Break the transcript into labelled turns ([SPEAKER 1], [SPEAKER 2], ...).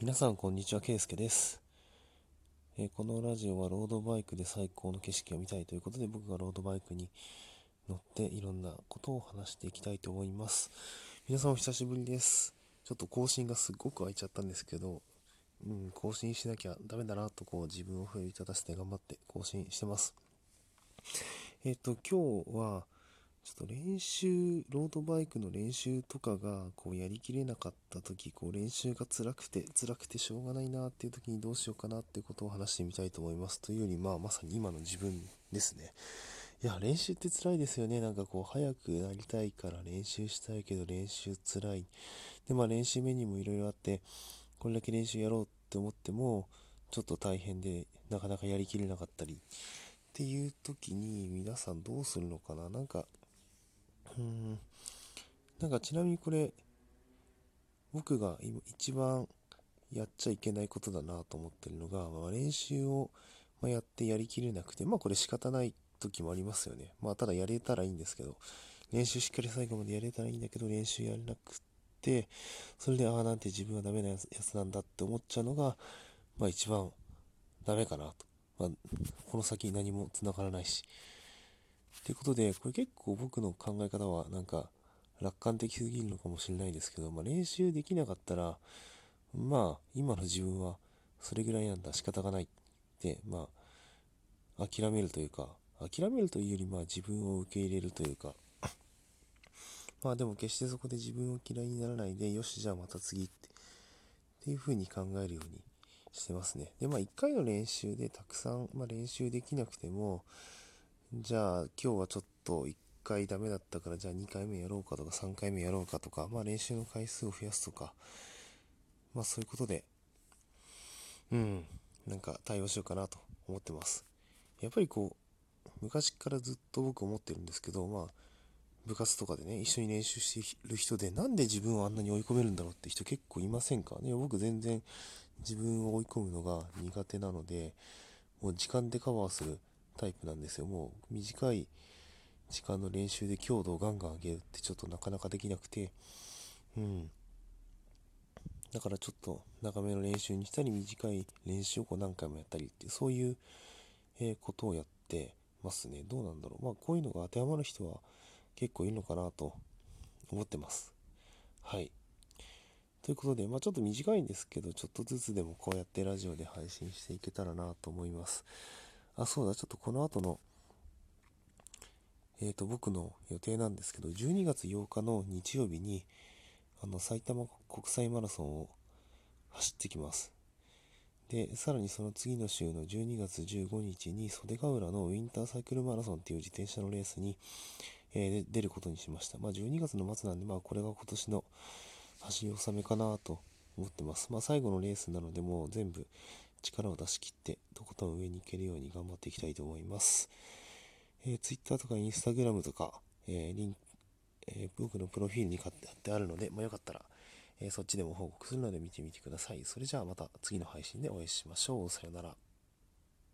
[SPEAKER 1] 皆さんこんにちは、ケイスケです。このラジオはロードバイクで最高の景色を見たいということで、僕がロードバイクに乗っていろんなことを話していきたいと思います。皆さんお久しぶりです。ちょっと更新がすっごく空いちゃったんですけど、更新しなきゃダメだなと自分を奮い立たせて頑張って更新してます。今日はちょっとロードバイクの練習とかがやりきれなかった時、練習が辛くてしょうがないなっていう時にどうしようかなっていうことを話してみたいと思います。というより、まさに今の自分ですね。いや、練習って辛いですよね。早くなりたいから練習したいけど練習辛い。で、練習メニューもいろいろあって、これだけ練習やろうって思っても、ちょっと大変で、なかなかやりきれなかったりっていう時に皆さんどうするのかな。うーん、ちなみにこれ、僕が今一番やっちゃいけないことだなと思ってるのが、練習をやってやりきれなくて、これ仕方ない時もありますよね。ただやれたらいいんですけど、練習しっかり最後までやれたらいいんだけど、練習やれなくて、それで、なんて自分はダメなやつなんだって思っちゃうのが、一番ダメかなと。この先何も繋がらないし。っていうことで、これ結構僕の考え方は楽観的すぎるのかもしれないですけど、練習できなかったら、今の自分はそれぐらいなんだ、仕方がないって、諦めるというか、諦めるというより、自分を受け入れるというか、でも決してそこで自分を嫌いにならないで、よし、じゃあまた次っていう風に考えるようにしてますね。で、1回の練習でたくさん、練習できなくても、じゃあ今日はちょっと1回ダメだったからじゃあ2回目やろうかとか3回目やろうかとか、練習の回数を増やすとか、そういうことで、対応しようかなと思ってます。やっぱり昔からずっと僕思ってるんですけど、部活とかでね、一緒に練習している人で、なんで自分をあんなに追い込めるんだろうって人結構いませんかね。僕全然自分を追い込むのが苦手なので、もう時間でカバーするタイプなんですよ。もう短い時間の練習で強度をガンガン上げるってちょっとなかなかできなくて、うん。だからちょっと長めの練習にしたり、短い練習を何回もやったりっていう、そういうことをやってますね。どうなんだろう。こういうのが当てはまる人は結構いるのかなと思ってます。はい。ということで、ちょっと短いんですけど、ちょっとずつでもこうやってラジオで配信していけたらなと思います。そうだ、ちょっとこの後の僕の予定なんですけど、12月8日の日曜日に、埼玉国際マラソンを走ってきます。で、さらにその次の週の12月15日に袖ヶ浦のウィンターサイクルマラソンっていう自転車のレースに、出ることにしました。12月の末なんで、これが今年の走り納めかなと思ってます。最後のレースなので、もう全部力を出し切って、とことん上に行けるように頑張っていきたいと思います。Twitter とか Instagram とか、リンク僕のプロフィールに貼ってあるので、よかったら、そっちでも報告するので見てみてください。それじゃあまた次の配信でお会いしましょう。さよなら。